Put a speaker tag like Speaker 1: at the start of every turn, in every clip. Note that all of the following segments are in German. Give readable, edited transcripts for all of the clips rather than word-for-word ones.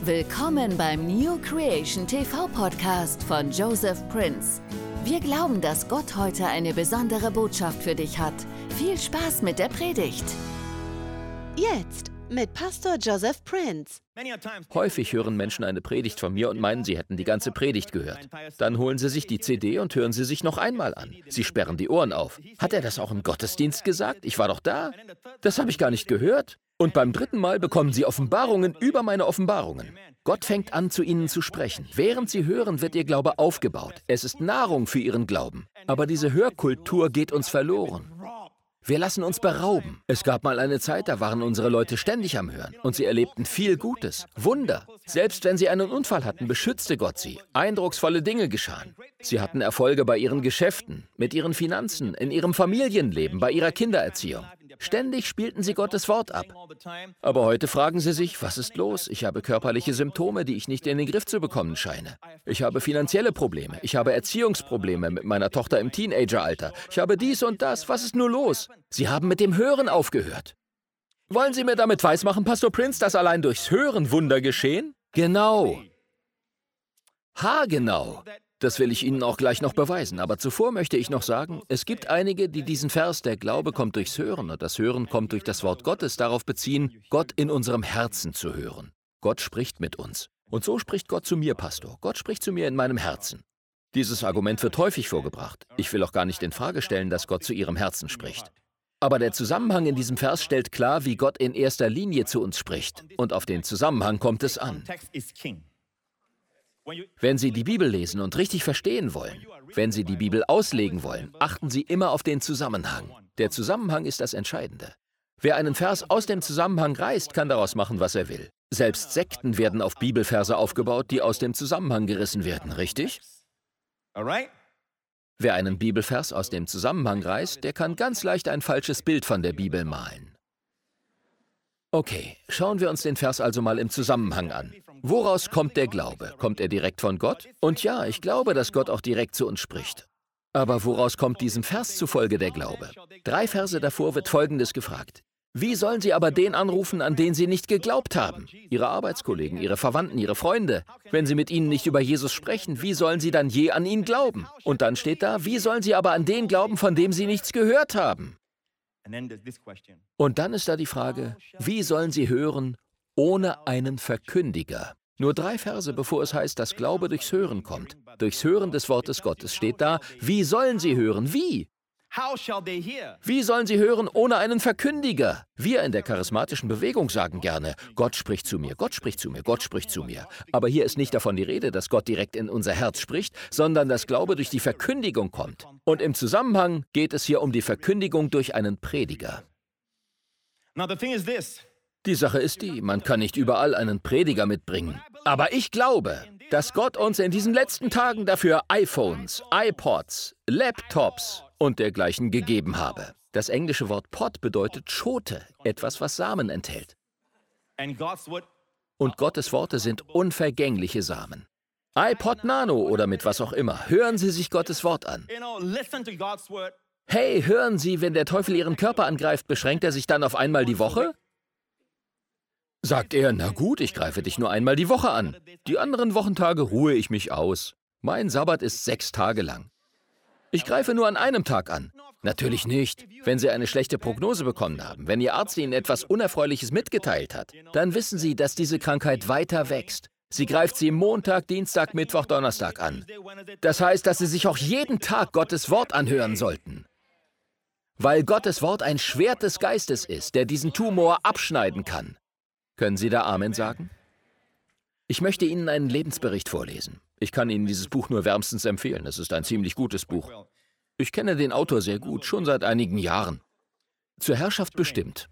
Speaker 1: Willkommen beim New Creation TV Podcast von Joseph Prince. Wir glauben, dass Gott heute eine besondere Botschaft für dich hat. Viel Spaß mit der Predigt.
Speaker 2: Jetzt mit Pastor Joseph Prince.
Speaker 3: Häufig hören Menschen eine Predigt von mir und meinen, sie hätten die ganze Predigt gehört. Dann holen sie sich die CD und hören sie sich noch einmal an. Sie sperren die Ohren auf. Hat er das auch im Gottesdienst gesagt? Ich war doch da. Das habe ich gar nicht gehört. Und beim dritten Mal bekommen sie Offenbarungen über meine Offenbarungen. Gott fängt an, zu ihnen zu sprechen. Während sie hören, wird ihr Glaube aufgebaut. Es ist Nahrung für ihren Glauben. Aber diese Hörkultur geht uns verloren. Wir lassen uns berauben. Es gab mal eine Zeit, da waren unsere Leute ständig am Hören. Und sie erlebten viel Gutes, Wunder. Selbst wenn sie einen Unfall hatten, beschützte Gott sie. Eindrucksvolle Dinge geschahen. Sie hatten Erfolge bei ihren Geschäften, mit ihren Finanzen, in ihrem Familienleben, bei ihrer Kindererziehung. Ständig spielten sie Gottes Wort ab. Aber heute fragen sie sich, was ist los? Ich habe körperliche Symptome, die ich nicht in den Griff zu bekommen scheine. Ich habe finanzielle Probleme. Ich habe Erziehungsprobleme mit meiner Tochter im Teenageralter. Ich habe dies und das. Was ist nur los? Sie haben mit dem Hören aufgehört. Wollen Sie mir damit weismachen, Pastor Prince, dass allein durchs Hören Wunder geschehen? Genau. Haargenau. Das will ich Ihnen auch gleich noch beweisen. Aber zuvor möchte ich noch sagen, es gibt einige, die diesen Vers, der Glaube kommt durchs Hören und das Hören kommt durch das Wort Gottes, darauf beziehen, Gott in unserem Herzen zu hören. Gott spricht mit uns. Und so spricht Gott zu mir, Pastor. Gott spricht zu mir in meinem Herzen. Dieses Argument wird häufig vorgebracht. Ich will auch gar nicht in Frage stellen, dass Gott zu Ihrem Herzen spricht. Aber der Zusammenhang in diesem Vers stellt klar, wie Gott in erster Linie zu uns spricht. Und auf den Zusammenhang kommt es an. Wenn Sie die Bibel lesen und richtig verstehen wollen, wenn Sie die Bibel auslegen wollen, achten Sie immer auf den Zusammenhang. Der Zusammenhang ist das Entscheidende. Wer einen Vers aus dem Zusammenhang reißt, kann daraus machen, was er will. Selbst Sekten werden auf Bibelverse aufgebaut, die aus dem Zusammenhang gerissen werden, richtig? Wer einen Bibelvers aus dem Zusammenhang reißt, der kann ganz leicht ein falsches Bild von der Bibel malen. Okay, schauen wir uns den Vers also mal im Zusammenhang an. Woraus kommt der Glaube? Kommt er direkt von Gott? Und ja, ich glaube, dass Gott auch direkt zu uns spricht. Aber woraus kommt diesem Vers zufolge der Glaube? 3 Verse davor wird Folgendes gefragt. Wie sollen Sie aber den anrufen, an den Sie nicht geglaubt haben? Ihre Arbeitskollegen, Ihre Verwandten, Ihre Freunde. Wenn Sie mit ihnen nicht über Jesus sprechen, wie sollen Sie dann je an ihn glauben? Und dann steht da, wie sollen Sie aber an den glauben, von dem Sie nichts gehört haben? Und dann ist da die Frage, wie sollen Sie hören ohne einen Verkündiger? Nur 3 Verse, bevor es heißt, dass Glaube durchs Hören kommt. Durchs Hören des Wortes Gottes steht da, wie sollen Sie hören? Wie? Wie sollen Sie hören ohne einen Verkündiger? Wir in der charismatischen Bewegung sagen gerne, Gott spricht zu mir, Gott spricht zu mir, Gott spricht zu mir. Aber hier ist nicht davon die Rede, dass Gott direkt in unser Herz spricht, sondern dass Glaube durch die Verkündigung kommt. Und im Zusammenhang geht es hier um die Verkündigung durch einen Prediger. Die Sache ist die, man kann nicht überall einen Prediger mitbringen. Aber ich glaube, dass Gott uns in diesen letzten Tagen dafür iPhones, iPods, Laptops und dergleichen gegeben habe. Das englische Wort Pod bedeutet Schote, etwas, was Samen enthält. Und Gottes Worte sind unvergängliche Samen. iPod Nano oder mit was auch immer, hören Sie sich Gottes Wort an. Hey, hören Sie, wenn der Teufel Ihren Körper angreift, beschränkt er sich dann auf einmal die Woche? Sagt er, na gut, ich greife dich nur einmal die Woche an. Die anderen Wochentage ruhe ich mich aus. Mein Sabbat ist 6 Tage lang. Ich greife nur an einem Tag an. Natürlich nicht. Wenn Sie eine schlechte Prognose bekommen haben, wenn Ihr Arzt Ihnen etwas Unerfreuliches mitgeteilt hat, dann wissen Sie, dass diese Krankheit weiter wächst. Sie greift Sie Montag, Dienstag, Mittwoch, Donnerstag an. Das heißt, dass Sie sich auch jeden Tag Gottes Wort anhören sollten. Weil Gottes Wort ein Schwert des Geistes ist, der diesen Tumor abschneiden kann. Können Sie da Amen sagen? Ich möchte Ihnen einen Lebensbericht vorlesen. Ich kann Ihnen dieses Buch nur wärmstens empfehlen. Es ist ein ziemlich gutes Buch. Ich kenne den Autor sehr gut, schon seit einigen Jahren. Zur Herrschaft bestimmt.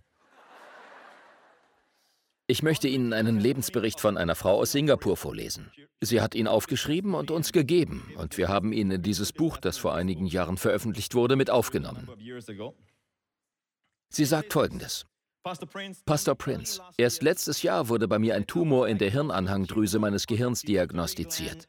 Speaker 3: Ich möchte Ihnen einen Lebensbericht von einer Frau aus Singapur vorlesen. Sie hat ihn aufgeschrieben und uns gegeben. Und wir haben ihn in dieses Buch, das vor einigen Jahren veröffentlicht wurde, mit aufgenommen. Sie sagt Folgendes. Pastor Prince, erst letztes Jahr wurde bei mir ein Tumor in der Hirnanhangdrüse meines Gehirns diagnostiziert.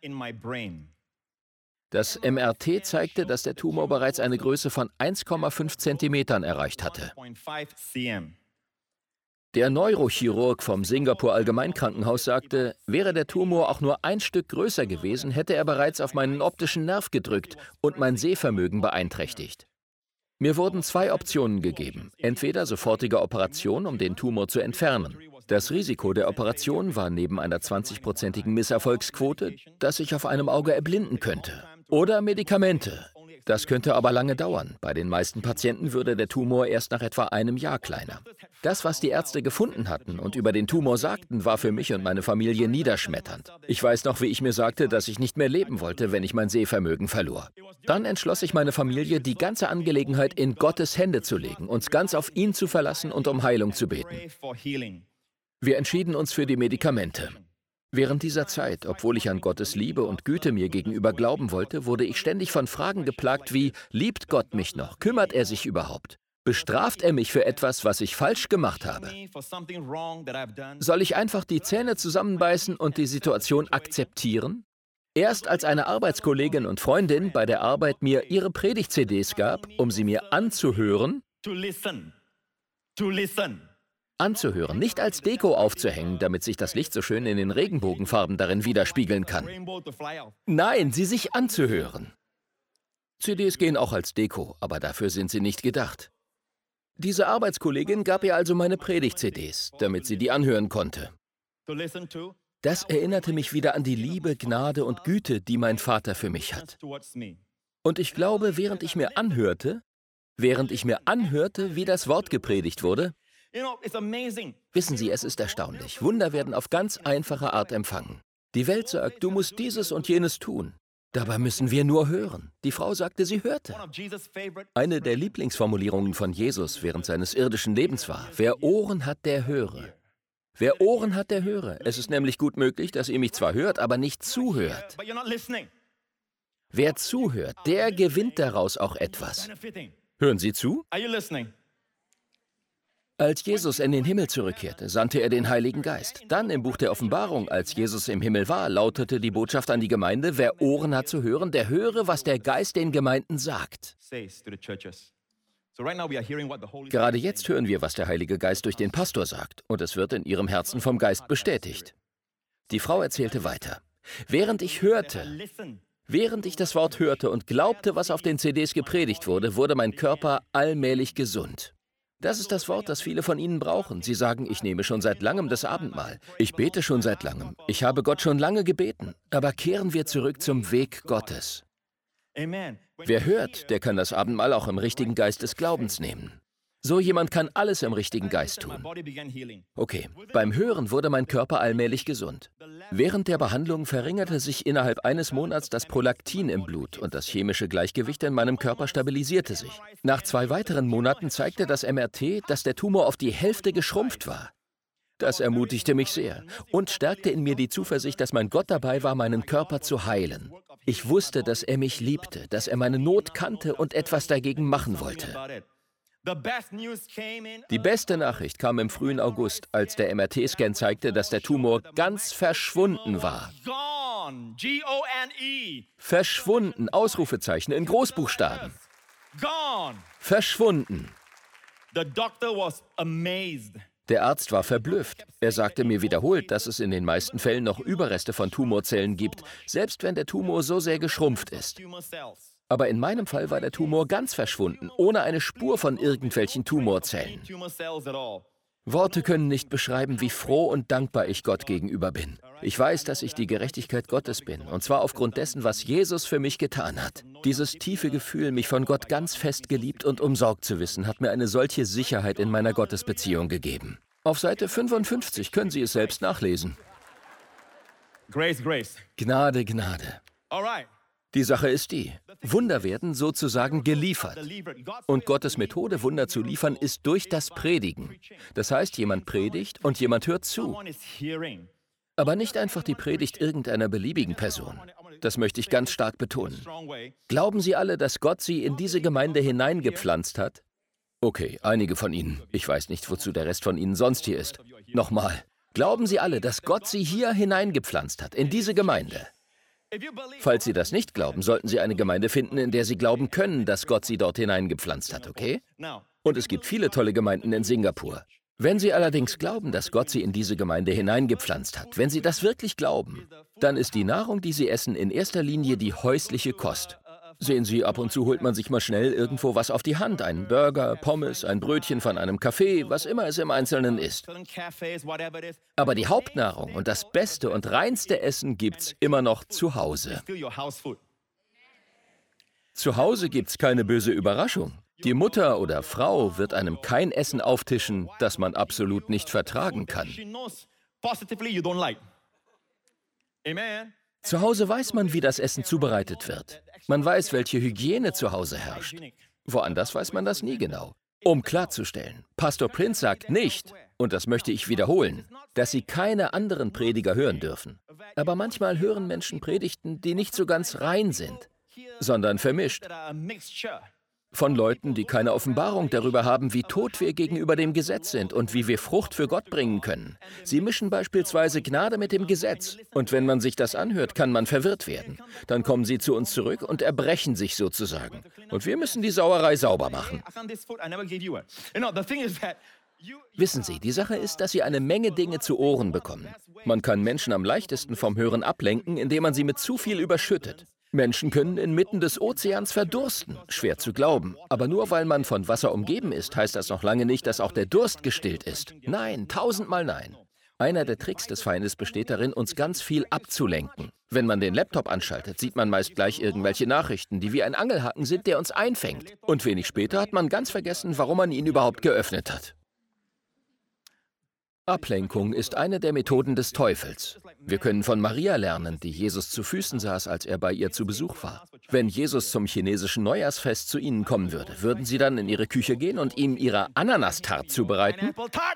Speaker 3: Das MRT zeigte, dass der Tumor bereits eine Größe von 1,5 Zentimetern erreicht hatte. Der Neurochirurg vom Singapur Allgemeinkrankenhaus sagte, wäre der Tumor auch nur ein Stück größer gewesen, hätte er bereits auf meinen optischen Nerv gedrückt und mein Sehvermögen beeinträchtigt. Mir wurden 2 Optionen gegeben, entweder sofortige Operation, um den Tumor zu entfernen. Das Risiko der Operation war neben einer 20-prozentigen Misserfolgsquote, dass ich auf einem Auge erblinden könnte. Oder Medikamente. Das könnte aber lange dauern. Bei den meisten Patienten würde der Tumor erst nach etwa einem Jahr kleiner. Das, was die Ärzte gefunden hatten und über den Tumor sagten, war für mich und meine Familie niederschmetternd. Ich weiß noch, wie ich mir sagte, dass ich nicht mehr leben wollte, wenn ich mein Sehvermögen verlor. Dann entschloss sich meine Familie, die ganze Angelegenheit in Gottes Hände zu legen, uns ganz auf ihn zu verlassen und um Heilung zu beten. Wir entschieden uns für die Medikamente. Während dieser Zeit, obwohl ich an Gottes Liebe und Güte mir gegenüber glauben wollte, wurde ich ständig von Fragen geplagt wie, liebt Gott mich noch? Kümmert er sich überhaupt? Bestraft er mich für etwas, was ich falsch gemacht habe? Soll ich einfach die Zähne zusammenbeißen und die Situation akzeptieren? Erst als eine Arbeitskollegin und Freundin bei der Arbeit mir ihre Predigt-CDs gab, um sie mir anzuhören, nicht als Deko aufzuhängen, damit sich das Licht so schön in den Regenbogenfarben darin widerspiegeln kann. Nein, sie sich anzuhören. CDs gehen auch als Deko, aber dafür sind sie nicht gedacht. Diese Arbeitskollegin gab ihr also meine Predigt-CDs, damit sie die anhören konnte. Das erinnerte mich wieder an die Liebe, Gnade und Güte, die mein Vater für mich hat. Und ich glaube, während ich mir anhörte, wie das Wort gepredigt wurde, wissen Sie, es ist erstaunlich. Wunder werden auf ganz einfache Art empfangen. Die Welt sagt, du musst dieses und jenes tun. Dabei müssen wir nur hören. Die Frau sagte, sie hörte. Eine der Lieblingsformulierungen von Jesus während seines irdischen Lebens war, wer Ohren hat, der höre. Wer Ohren hat, der höre. Es ist nämlich gut möglich, dass ihr mich zwar hört, aber nicht zuhört. Wer zuhört, der gewinnt daraus auch etwas. Hören Sie zu? Als Jesus in den Himmel zurückkehrte, sandte er den Heiligen Geist. Dann im Buch der Offenbarung, als Jesus im Himmel war, lautete die Botschaft an die Gemeinde, wer Ohren hat zu hören, der höre, was der Geist den Gemeinden sagt. Gerade jetzt hören wir, was der Heilige Geist durch den Pastor sagt, und es wird in ihrem Herzen vom Geist bestätigt. Die Frau erzählte weiter. Während ich das Wort hörte und glaubte, was auf den CDs gepredigt wurde, wurde mein Körper allmählich gesund. Das ist das Wort, das viele von Ihnen brauchen. Sie sagen, ich nehme schon seit langem das Abendmahl. Ich bete schon seit langem. Ich habe Gott schon lange gebeten. Aber kehren wir zurück zum Weg Gottes. Wer hört, der kann das Abendmahl auch im richtigen Geist des Glaubens nehmen. So jemand kann alles im richtigen Geist tun. Okay, beim Hören wurde mein Körper allmählich gesund. Während der Behandlung verringerte sich innerhalb eines Monats das Prolaktin im Blut und das chemische Gleichgewicht in meinem Körper stabilisierte sich. Nach 2 weiteren Monaten zeigte das MRT, dass der Tumor auf die Hälfte geschrumpft war. Das ermutigte mich sehr und stärkte in mir die Zuversicht, dass mein Gott dabei war, meinen Körper zu heilen. Ich wusste, dass er mich liebte, dass er meine Not kannte und etwas dagegen machen wollte. Die beste Nachricht kam im frühen August, als der MRT-Scan zeigte, dass der Tumor ganz verschwunden war. Verschwunden, Ausrufezeichen in Großbuchstaben. Verschwunden. Der Arzt war verblüfft. Er sagte mir wiederholt, dass es in den meisten Fällen noch Überreste von Tumorzellen gibt, selbst wenn der Tumor so sehr geschrumpft ist. Aber in meinem Fall war der Tumor ganz verschwunden, ohne eine Spur von irgendwelchen Tumorzellen. Worte können nicht beschreiben, wie froh und dankbar ich Gott gegenüber bin. Ich weiß, dass ich die Gerechtigkeit Gottes bin, und zwar aufgrund dessen, was Jesus für mich getan hat. Dieses tiefe Gefühl, mich von Gott ganz fest geliebt und umsorgt zu wissen, hat mir eine solche Sicherheit in meiner Gottesbeziehung gegeben. Auf Seite 55 können Sie es selbst nachlesen. Gnade, Gnade. Die Sache ist die, Wunder werden sozusagen geliefert. Und Gottes Methode, Wunder zu liefern, ist durch das Predigen. Das heißt, jemand predigt und jemand hört zu. Aber nicht einfach die Predigt irgendeiner beliebigen Person. Das möchte ich ganz stark betonen. Glauben Sie alle, dass Gott Sie in diese Gemeinde hineingepflanzt hat? Okay, einige von Ihnen. Ich weiß nicht, wozu der Rest von Ihnen sonst hier ist. Nochmal. Glauben Sie alle, dass Gott Sie hier hineingepflanzt hat, in diese Gemeinde? Falls Sie das nicht glauben, sollten Sie eine Gemeinde finden, in der Sie glauben können, dass Gott Sie dort hineingepflanzt hat, okay? Und es gibt viele tolle Gemeinden in Singapur. Wenn Sie allerdings glauben, dass Gott Sie in diese Gemeinde hineingepflanzt hat, wenn Sie das wirklich glauben, dann ist die Nahrung, die Sie essen, in erster Linie die häusliche Kost. Sehen Sie, ab und zu holt man sich mal schnell irgendwo was auf die Hand, einen Burger, Pommes, ein Brötchen von einem Café, was immer es im Einzelnen ist. Aber die Hauptnahrung und das beste und reinste Essen gibt's immer noch zu Hause. Zu Hause gibt's keine böse Überraschung. Die Mutter oder Frau wird einem kein Essen auftischen, das man absolut nicht vertragen kann. Zu Hause weiß man, wie das Essen zubereitet wird. Man weiß, welche Hygiene zu Hause herrscht. Woanders weiß man das nie genau. Um klarzustellen, Pastor Prince sagt nicht, und das möchte ich wiederholen, dass Sie keine anderen Prediger hören dürfen. Aber manchmal hören Menschen Predigten, die nicht so ganz rein sind, sondern vermischt. Von Leuten, die keine Offenbarung darüber haben, wie tot wir gegenüber dem Gesetz sind und wie wir Frucht für Gott bringen können. Sie mischen beispielsweise Gnade mit dem Gesetz. Und wenn man sich das anhört, kann man verwirrt werden. Dann kommen sie zu uns zurück und erbrechen sich sozusagen. Und wir müssen die Sauerei sauber machen. Wissen Sie, die Sache ist, dass Sie eine Menge Dinge zu Ohren bekommen. Man kann Menschen am leichtesten vom Hören ablenken, indem man sie mit zu viel überschüttet. Menschen können inmitten des Ozeans verdursten. Schwer zu glauben. Aber nur weil man von Wasser umgeben ist, heißt das noch lange nicht, dass auch der Durst gestillt ist. Nein, 1000-mal nein. Einer der Tricks des Feindes besteht darin, uns ganz viel abzulenken. Wenn man den Laptop anschaltet, sieht man meist gleich irgendwelche Nachrichten, die wie ein Angelhaken sind, der uns einfängt. Und wenig später hat man ganz vergessen, warum man ihn überhaupt geöffnet hat. Ablenkung ist eine der Methoden des Teufels. Wir können von Maria lernen, die Jesus zu Füßen saß, als er bei ihr zu Besuch war. Wenn Jesus zum chinesischen Neujahrsfest zu Ihnen kommen würde, würden Sie dann in Ihre Küche gehen und ihm Ihre Ananastart zubereiten?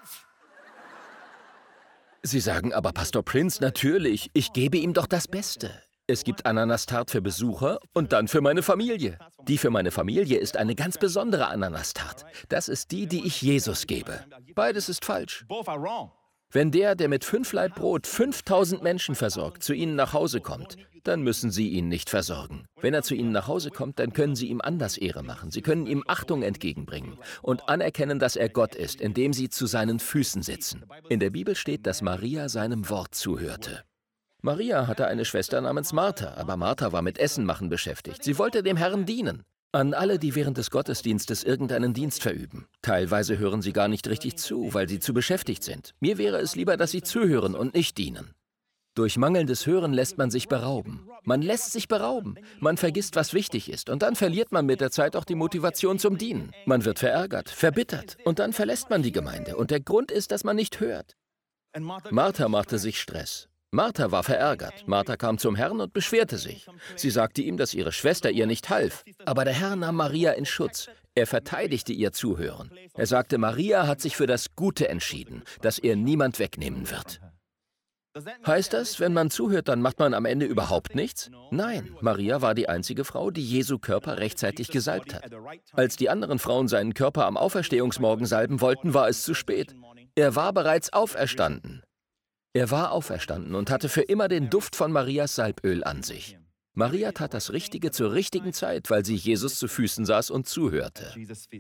Speaker 3: Sie sagen aber, Pastor Prince, natürlich, ich gebe ihm doch das Beste. Es gibt Ananastart für Besucher und dann für meine Familie. Die für meine Familie ist eine ganz besondere Ananastart. Das ist die, die ich Jesus gebe. Beides ist falsch. Wenn der mit 5 Laib Brot 5000 Menschen versorgt, zu Ihnen nach Hause kommt, dann müssen Sie ihn nicht versorgen. Wenn er zu Ihnen nach Hause kommt, dann können Sie ihm anders Ehre machen. Sie können ihm Achtung entgegenbringen und anerkennen, dass er Gott ist, indem Sie zu seinen Füßen sitzen. In der Bibel steht, dass Maria seinem Wort zuhörte. Maria hatte eine Schwester namens Martha, aber Martha war mit Essen machen beschäftigt. Sie wollte dem Herrn dienen. An alle, die während des Gottesdienstes irgendeinen Dienst verüben. Teilweise hören sie gar nicht richtig zu, weil sie zu beschäftigt sind. Mir wäre es lieber, dass sie zuhören und nicht dienen. Durch mangelndes Hören lässt man sich berauben. Man lässt sich berauben. Man vergisst, was wichtig ist. Und dann verliert man mit der Zeit auch die Motivation zum Dienen. Man wird verärgert, verbittert. Und dann verlässt man die Gemeinde. Und der Grund ist, dass man nicht hört. Martha machte sich Stress. Martha war verärgert. Martha kam zum Herrn und beschwerte sich. Sie sagte ihm, dass ihre Schwester ihr nicht half. Aber der Herr nahm Maria in Schutz. Er verteidigte ihr Zuhören. Er sagte, Maria hat sich für das Gute entschieden, das ihr niemand wegnehmen wird. Heißt das, wenn man zuhört, dann macht man am Ende überhaupt nichts? Nein, Maria war die einzige Frau, die Jesu Körper rechtzeitig gesalbt hat. Als die anderen Frauen seinen Körper am Auferstehungsmorgen salben wollten, war es zu spät. Er war bereits auferstanden. Er war auferstanden und hatte für immer den Duft von Marias Salböl an sich. Maria tat das Richtige zur richtigen Zeit, weil sie Jesus zu Füßen saß und zuhörte.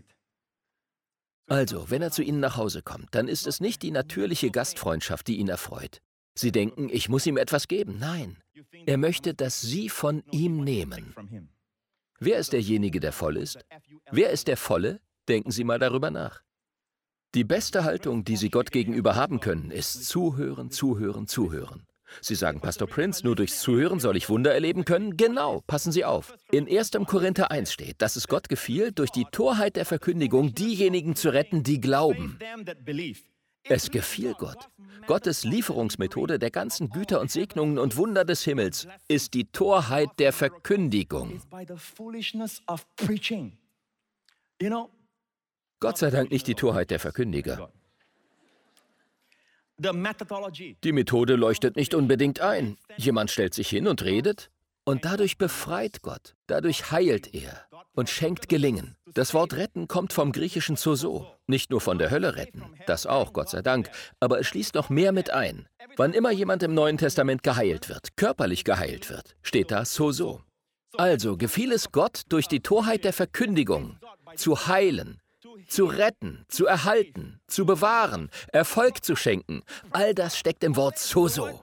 Speaker 3: Also, wenn er zu Ihnen nach Hause kommt, dann ist es nicht die natürliche Gastfreundschaft, die ihn erfreut. Sie denken, ich muss ihm etwas geben. Nein, er möchte, dass Sie von ihm nehmen. Wer ist derjenige, der voll ist? Wer ist der Volle? Denken Sie mal darüber nach. Die beste Haltung, die Sie Gott gegenüber haben können, ist zuhören, zuhören, zuhören. Sie sagen, Pastor Prince, nur durchs Zuhören soll ich Wunder erleben können? Genau, passen Sie auf. In 1. Korinther 1 steht, dass es Gott gefiel, durch die Torheit der Verkündigung diejenigen zu retten, die glauben. Es gefiel Gott. Gottes Lieferungsmethode der ganzen Güter und Segnungen und Wunder des Himmels ist die Torheit der Verkündigung. Gott sei Dank nicht die Torheit der Verkündiger. Die Methode leuchtet nicht unbedingt ein. Jemand stellt sich hin und redet und dadurch befreit Gott. Dadurch heilt er und schenkt Gelingen. Das Wort retten kommt vom griechischen Sozo. Nicht nur von der Hölle retten, das auch, Gott sei Dank, aber es schließt noch mehr mit ein. Wann immer jemand im Neuen Testament geheilt wird, körperlich geheilt wird, steht da Sozo. Also gefiel es Gott, durch die Torheit der Verkündigung zu heilen, zu retten, zu erhalten, zu bewahren, Erfolg zu schenken. All das steckt im Wort sozo.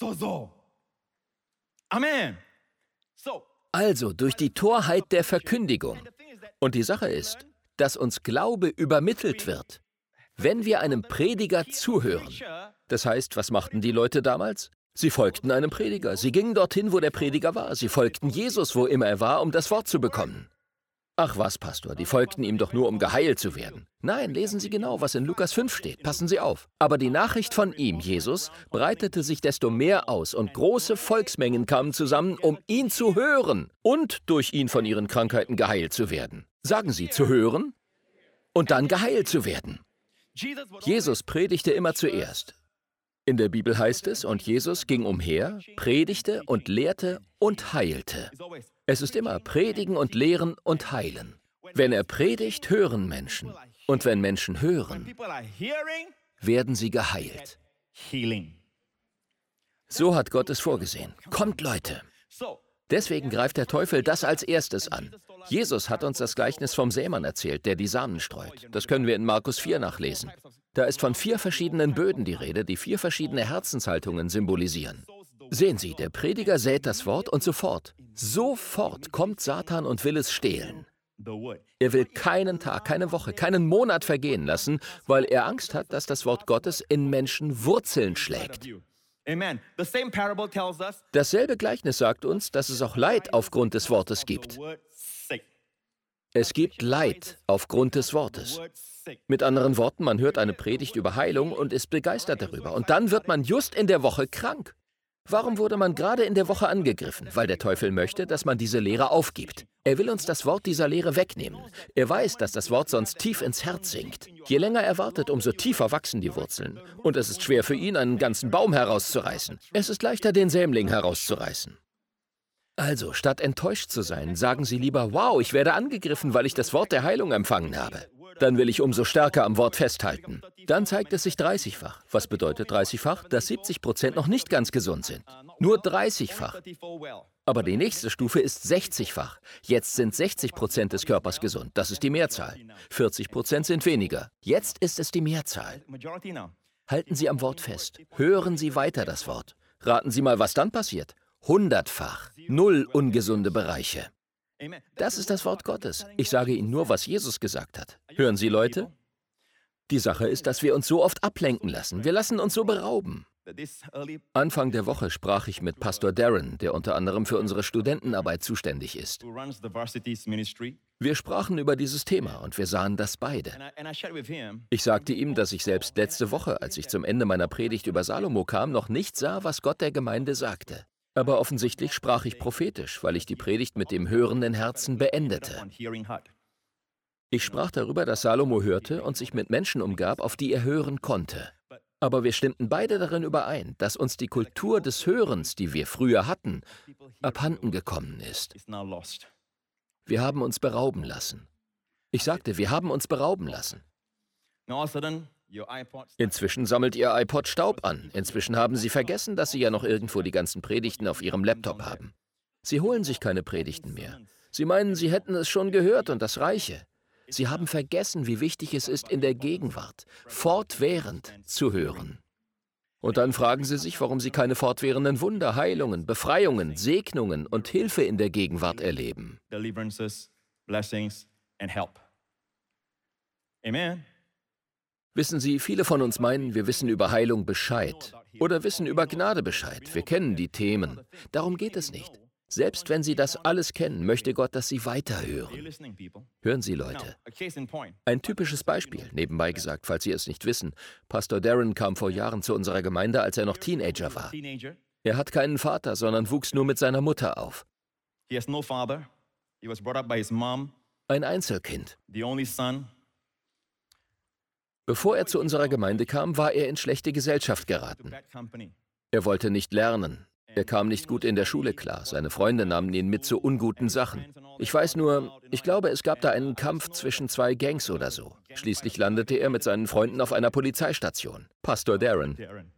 Speaker 4: Amen.
Speaker 3: Also durch die Torheit der Verkündigung. Und die Sache ist, dass uns Glaube übermittelt wird, wenn wir einem Prediger zuhören. Das heißt, was machten die Leute damals? Sie folgten einem Prediger. Sie gingen dorthin, wo der Prediger war. Sie folgten Jesus, wo immer er war, um das Wort zu bekommen. Ach was, Pastor, die folgten ihm doch nur, um geheilt zu werden. Nein, lesen Sie genau, was in Lukas 5 steht. Passen Sie auf. Aber die Nachricht von ihm, Jesus, breitete sich desto mehr aus und große Volksmengen kamen zusammen, um ihn zu hören und durch ihn von ihren Krankheiten geheilt zu werden. Sagen Sie, zu hören und dann geheilt zu werden. Jesus predigte immer zuerst. In der Bibel heißt es, und Jesus ging umher, predigte und lehrte und heilte. Es ist immer predigen und lehren und heilen. Wenn er predigt, hören Menschen. Und wenn Menschen hören, werden sie geheilt. So hat Gott es vorgesehen. Kommt, Leute! Deswegen greift der Teufel das als erstes an. Jesus hat uns das Gleichnis vom Sämann erzählt, der die Samen streut. Das können wir in Markus 4 nachlesen. Da ist von 4 verschiedenen Böden die Rede, die 4 verschiedene Herzenshaltungen symbolisieren. Sehen Sie, der Prediger sät das Wort und sofort kommt Satan und will es stehlen. Er will keinen Tag, keine Woche, keinen Monat vergehen lassen, weil er Angst hat, dass das Wort Gottes in Menschen Wurzeln schlägt. Dasselbe Gleichnis sagt uns, dass es auch Leid aufgrund des Wortes gibt. Es gibt Leid aufgrund des Wortes. Mit anderen Worten, man hört eine Predigt über Heilung und ist begeistert darüber. Und dann wird man just in der Woche krank. Warum wurde man gerade in der Woche angegriffen? Weil der Teufel möchte, dass man diese Lehre aufgibt. Er will uns das Wort dieser Lehre wegnehmen. Er weiß, dass das Wort sonst tief ins Herz sinkt. Je länger er wartet, umso tiefer wachsen die Wurzeln. Und es ist schwer für ihn, einen ganzen Baum herauszureißen. Es ist leichter, den Sämling herauszureißen. Also, statt enttäuscht zu sein, sagen Sie lieber, wow, ich werde angegriffen, weil ich das Wort der Heilung empfangen habe. Dann will ich umso stärker am Wort festhalten. Dann zeigt es sich 30-fach. Was bedeutet 30-fach? Dass 70% noch nicht ganz gesund sind. Nur 30-fach. Aber die nächste Stufe ist 60-fach. Jetzt sind 60% des Körpers gesund. Das ist die Mehrzahl. 40% sind weniger. Jetzt ist es die Mehrzahl. Halten Sie am Wort fest. Hören Sie weiter das Wort. Raten Sie mal, was dann passiert. 100-fach. 0 ungesunde Bereiche. Das ist das Wort Gottes. Ich sage Ihnen nur, was Jesus gesagt hat. Hören Sie, Leute? Die Sache ist, dass wir uns so oft ablenken lassen. Wir lassen uns so berauben. Anfang der Woche sprach ich mit Pastor Darren, der unter anderem für unsere Studentenarbeit zuständig ist. Wir sprachen über dieses Thema und wir sahen das beide. Ich sagte ihm, dass ich selbst letzte Woche, als ich zum Ende meiner Predigt über Salomo kam, noch nicht sah, was Gott der Gemeinde sagte. Aber offensichtlich sprach ich prophetisch, weil ich die Predigt mit dem hörenden Herzen beendete. Ich sprach darüber, dass Salomo hörte und sich mit Menschen umgab, auf die er hören konnte. Aber wir stimmten beide darin überein, dass uns die Kultur des Hörens, die wir früher hatten, abhanden gekommen ist. Wir haben uns berauben lassen. Ich sagte, wir haben uns berauben lassen. Inzwischen sammelt Ihr iPod Staub an. Inzwischen haben Sie vergessen, dass Sie ja noch irgendwo die ganzen Predigten auf Ihrem Laptop haben. Sie holen sich keine Predigten mehr. Sie meinen, Sie hätten es schon gehört und das reiche. Sie haben vergessen, wie wichtig es ist, in der Gegenwart, fortwährend zu hören. Und dann fragen Sie sich, warum Sie keine fortwährenden Wunder, Heilungen, Befreiungen, Segnungen und Hilfe in der Gegenwart erleben.
Speaker 4: Amen.
Speaker 3: Wissen Sie, viele von uns meinen, wir wissen über Heilung Bescheid oder wissen über Gnade Bescheid. Wir kennen die Themen. Darum geht es nicht. Selbst wenn Sie das alles kennen, möchte Gott, dass Sie weiterhören. Hören Sie, Leute. Ein typisches Beispiel, nebenbei gesagt, falls Sie es nicht wissen. Pastor Darren kam vor Jahren zu unserer Gemeinde, als er noch Teenager war. Er hat keinen Vater, sondern wuchs nur mit seiner Mutter auf. Ein Einzelkind. Bevor er zu unserer Gemeinde kam, war er in schlechte Gesellschaft geraten. Er wollte nicht lernen. Er kam nicht gut in der Schule klar. Seine Freunde nahmen ihn mit zu unguten Sachen. Ich weiß nur, ich glaube, es gab da einen Kampf zwischen 2 Gangs oder so. Schließlich landete er mit seinen Freunden auf einer Polizeistation. Pastor Darren.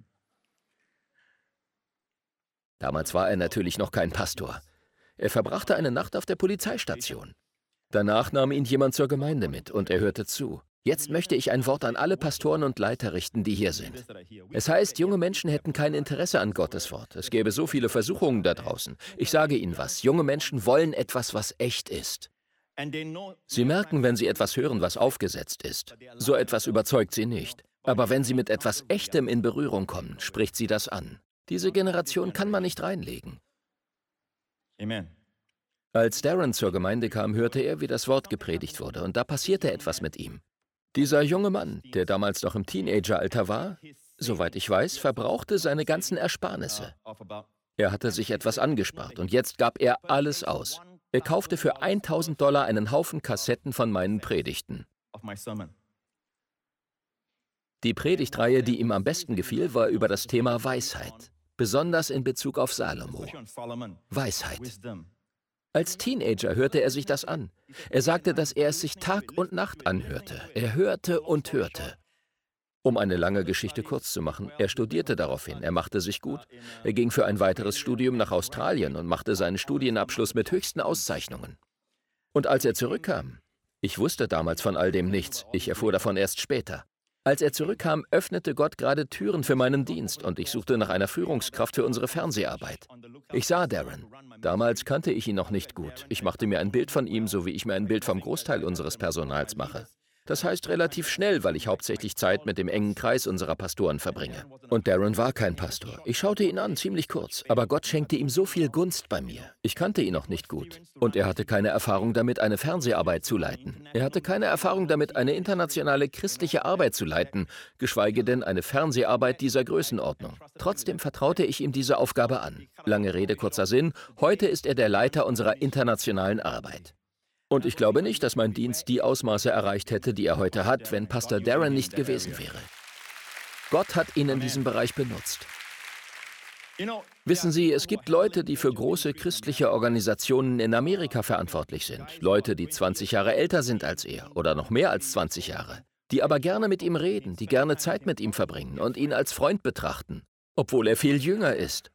Speaker 3: Damals war er natürlich noch kein Pastor. Er verbrachte eine Nacht auf der Polizeistation. Danach nahm ihn jemand zur Gemeinde mit und er hörte zu. Jetzt möchte ich ein Wort an alle Pastoren und Leiter richten, die hier sind. Es heißt, junge Menschen hätten kein Interesse an Gottes Wort. Es gäbe so viele Versuchungen da draußen. Ich sage Ihnen was, junge Menschen wollen etwas, was echt ist. Sie merken, wenn sie etwas hören, was aufgesetzt ist. So etwas überzeugt sie nicht. Aber wenn sie mit etwas Echtem in Berührung kommen, spricht sie das an. Diese Generation kann man nicht reinlegen.
Speaker 4: Amen.
Speaker 3: Als Darren zur Gemeinde kam, hörte er, wie das Wort gepredigt wurde, und da passierte etwas mit ihm. Dieser junge Mann, der damals noch im Teenageralter war, soweit ich weiß, verbrauchte seine ganzen Ersparnisse. Er hatte sich etwas angespart und jetzt gab er alles aus. Er kaufte für $1.000 einen Haufen Kassetten von meinen Predigten. Die Predigtreihe, die ihm am besten gefiel, war über das Thema Weisheit, besonders in Bezug auf Salomo. Weisheit. Als Teenager hörte er sich das an. Er sagte, dass er es sich Tag und Nacht anhörte. Er hörte und hörte. Um eine lange Geschichte kurz zu machen, er studierte daraufhin, er machte sich gut. Er ging für ein weiteres Studium nach Australien und machte seinen Studienabschluss mit höchsten Auszeichnungen. Und als er zurückkam, ich wusste damals von all dem nichts, ich erfuhr davon erst später. Als er zurückkam, öffnete Gott gerade Türen für meinen Dienst und ich suchte nach einer Führungskraft für unsere Fernseharbeit. Ich sah Darren. Damals kannte ich ihn noch nicht gut. Ich machte mir ein Bild von ihm, so wie ich mir ein Bild vom Großteil unseres Personals mache. Das heißt relativ schnell, weil ich hauptsächlich Zeit mit dem engen Kreis unserer Pastoren verbringe. Und Darren war kein Pastor. Ich schaute ihn an, ziemlich kurz. Aber Gott schenkte ihm so viel Gunst bei mir. Ich kannte ihn noch nicht gut. Und er hatte keine Erfahrung damit, eine Fernseharbeit zu leiten. Er hatte keine Erfahrung damit, eine internationale christliche Arbeit zu leiten, geschweige denn eine Fernseharbeit dieser Größenordnung. Trotzdem vertraute ich ihm diese Aufgabe an. Lange Rede, kurzer Sinn. Heute ist er der Leiter unserer internationalen Arbeit. Und ich glaube nicht, dass mein Dienst die Ausmaße erreicht hätte, die er heute hat, wenn Pastor Darren nicht gewesen wäre. Gott hat ihn in diesem Bereich benutzt. Wissen Sie, es gibt Leute, die für große christliche Organisationen in Amerika verantwortlich sind. Leute, die 20 Jahre älter sind als er oder noch mehr als 20 Jahre. Die aber gerne mit ihm reden, die gerne Zeit mit ihm verbringen und ihn als Freund betrachten, obwohl er viel jünger ist.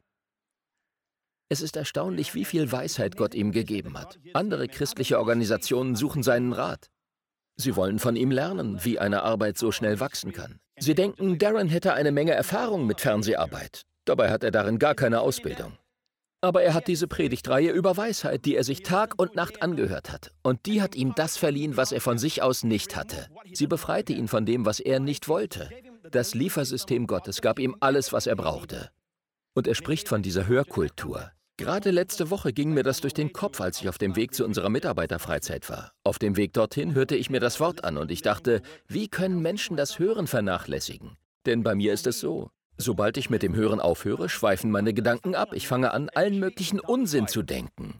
Speaker 3: Es ist erstaunlich, wie viel Weisheit Gott ihm gegeben hat. Andere christliche Organisationen suchen seinen Rat. Sie wollen von ihm lernen, wie eine Arbeit so schnell wachsen kann. Sie denken, Darren hätte eine Menge Erfahrung mit Fernseharbeit. Dabei hat er darin gar keine Ausbildung. Aber er hat diese Predigtreihe über Weisheit, die er sich Tag und Nacht angehört hat. Und die hat ihm das verliehen, was er von sich aus nicht hatte. Sie befreite ihn von dem, was er nicht wollte. Das Liefersystem Gottes gab ihm alles, was er brauchte. Und er spricht von dieser Hörkultur. Gerade letzte Woche ging mir das durch den Kopf, als ich auf dem Weg zu unserer Mitarbeiterfreizeit war. Auf dem Weg dorthin hörte ich mir das Wort an und ich dachte, wie können Menschen das Hören vernachlässigen? Denn bei mir ist es so, sobald ich mit dem Hören aufhöre, schweifen meine Gedanken ab. Ich fange an, allen möglichen Unsinn zu denken.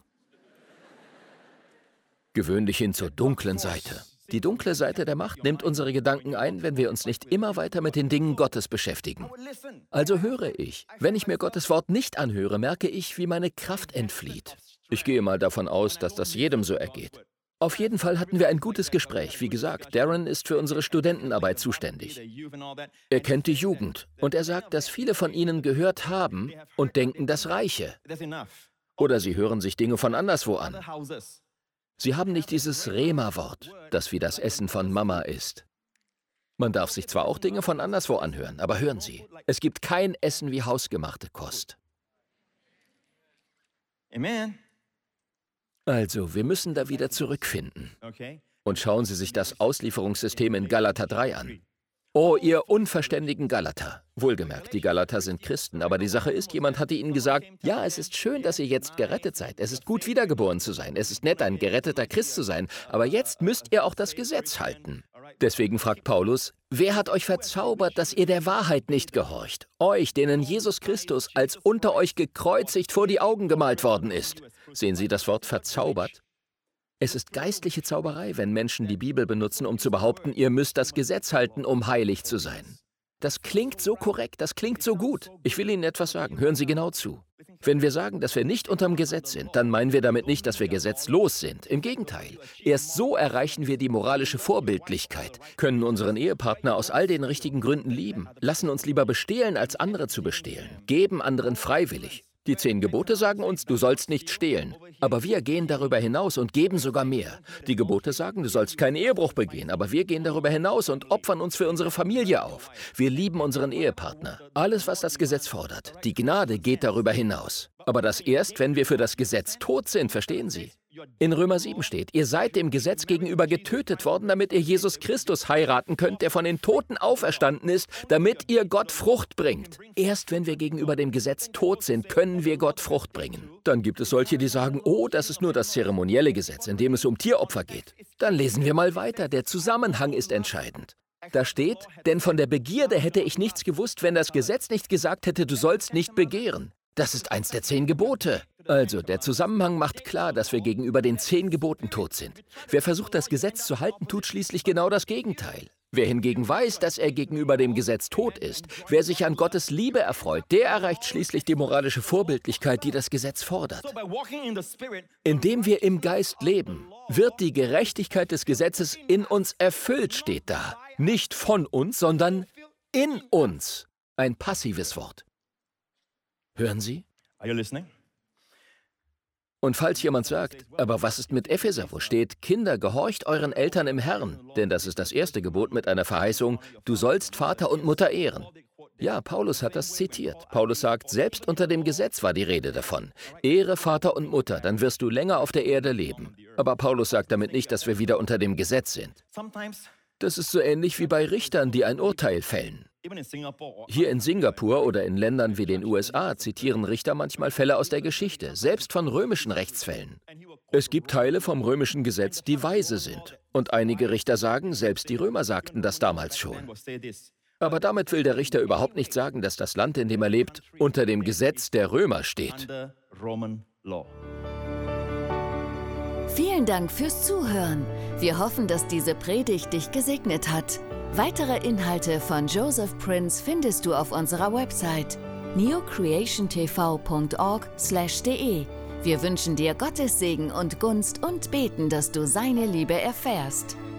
Speaker 3: Gewöhnlich hin zur dunklen Seite. Die dunkle Seite der Macht nimmt unsere Gedanken ein, wenn wir uns nicht immer weiter mit den Dingen Gottes beschäftigen. Also höre ich. Wenn ich mir Gottes Wort nicht anhöre, merke ich, wie meine Kraft entflieht. Ich gehe mal davon aus, dass das jedem so ergeht. Auf jeden Fall hatten wir ein gutes Gespräch. Wie gesagt, Darren ist für unsere Studentenarbeit zuständig. Er kennt die Jugend und er sagt, dass viele von ihnen gehört haben und denken, das reiche. Oder sie hören sich Dinge von anderswo an. Sie haben nicht dieses Rema-Wort, das wie das Essen von Mama ist. Man darf sich zwar auch Dinge von anderswo anhören, aber hören Sie, es gibt kein Essen wie hausgemachte Kost.
Speaker 4: Amen.
Speaker 3: Also, wir müssen da wieder zurückfinden. Und schauen Sie sich das Auslieferungssystem in Galater 3 an. Oh, ihr unverständigen Galater. Wohlgemerkt, die Galater sind Christen, aber die Sache ist, jemand hatte ihnen gesagt, ja, es ist schön, dass ihr jetzt gerettet seid. Es ist gut, wiedergeboren zu sein. Es ist nett, ein geretteter Christ zu sein. Aber jetzt müsst ihr auch das Gesetz halten. Deswegen fragt Paulus, wer hat euch verzaubert, dass ihr der Wahrheit nicht gehorcht? Euch, denen Jesus Christus als unter euch gekreuzigt vor die Augen gemalt worden ist. Sehen Sie das Wort verzaubert? Es ist geistliche Zauberei, wenn Menschen die Bibel benutzen, um zu behaupten, ihr müsst das Gesetz halten, um heilig zu sein. Das klingt so korrekt, das klingt so gut. Ich will Ihnen etwas sagen, hören Sie genau zu. Wenn wir sagen, dass wir nicht unterm Gesetz sind, dann meinen wir damit nicht, dass wir gesetzlos sind. Im Gegenteil, erst so erreichen wir die moralische Vorbildlichkeit, können unseren Ehepartner aus all den richtigen Gründen lieben, lassen uns lieber bestehlen, als andere zu bestehlen, geben anderen freiwillig. Die 10 Gebote sagen uns, du sollst nicht stehlen. Aber wir gehen darüber hinaus und geben sogar mehr. Die Gebote sagen, du sollst keinen Ehebruch begehen. Aber wir gehen darüber hinaus und opfern uns für unsere Familie auf. Wir lieben unseren Ehepartner. Alles, was das Gesetz fordert. Die Gnade geht darüber hinaus. Aber das erst, wenn wir für das Gesetz tot sind, verstehen Sie? In Römer 7 steht, ihr seid dem Gesetz gegenüber getötet worden, damit ihr Jesus Christus heiraten könnt, der von den Toten auferstanden ist, damit ihr Gott Frucht bringt. Erst wenn wir gegenüber dem Gesetz tot sind, können wir Gott Frucht bringen. Dann gibt es solche, die sagen, oh, das ist nur das zeremonielle Gesetz, in dem es um Tieropfer geht. Dann lesen wir mal weiter, der Zusammenhang ist entscheidend. Da steht, denn von der Begierde hätte ich nichts gewusst, wenn das Gesetz nicht gesagt hätte, du sollst nicht begehren. Das ist eins der 10 Gebote. Also, der Zusammenhang macht klar, dass wir gegenüber den 10 Geboten tot sind. Wer versucht, das Gesetz zu halten, tut schließlich genau das Gegenteil. Wer hingegen weiß, dass er gegenüber dem Gesetz tot ist, wer sich an Gottes Liebe erfreut, der erreicht schließlich die moralische Vorbildlichkeit, die das Gesetz fordert. Indem wir im Geist leben, wird die Gerechtigkeit des Gesetzes in uns erfüllt, steht da. Nicht von uns, sondern in uns. Ein passives Wort. Hören Sie?
Speaker 4: Are you listening?
Speaker 3: Und falls jemand sagt, aber was ist mit Epheser, wo steht, Kinder, gehorcht euren Eltern im Herrn, denn das ist das erste Gebot mit einer Verheißung, du sollst Vater und Mutter ehren. Ja, Paulus hat das zitiert. Paulus sagt, selbst unter dem Gesetz war die Rede davon. Ehre Vater und Mutter, dann wirst du länger auf der Erde leben. Aber Paulus sagt damit nicht, dass wir wieder unter dem Gesetz sind. Das ist so ähnlich wie bei Richtern, die ein Urteil fällen. Hier in Singapur oder in Ländern wie den USA zitieren Richter manchmal Fälle aus der Geschichte, selbst von römischen Rechtsfällen. Es gibt Teile vom römischen Gesetz, die weise sind. Und einige Richter sagen, selbst die Römer sagten das damals schon. Aber damit will der Richter überhaupt nicht sagen, dass das Land, in dem er lebt, unter dem Gesetz der Römer steht.
Speaker 1: Vielen Dank fürs Zuhören. Wir hoffen, dass diese Predigt dich gesegnet hat. Weitere Inhalte von Joseph Prince findest du auf unserer Website neocreationtv.org/de. Wir wünschen dir Gottes Segen und Gunst und beten, dass du seine Liebe erfährst.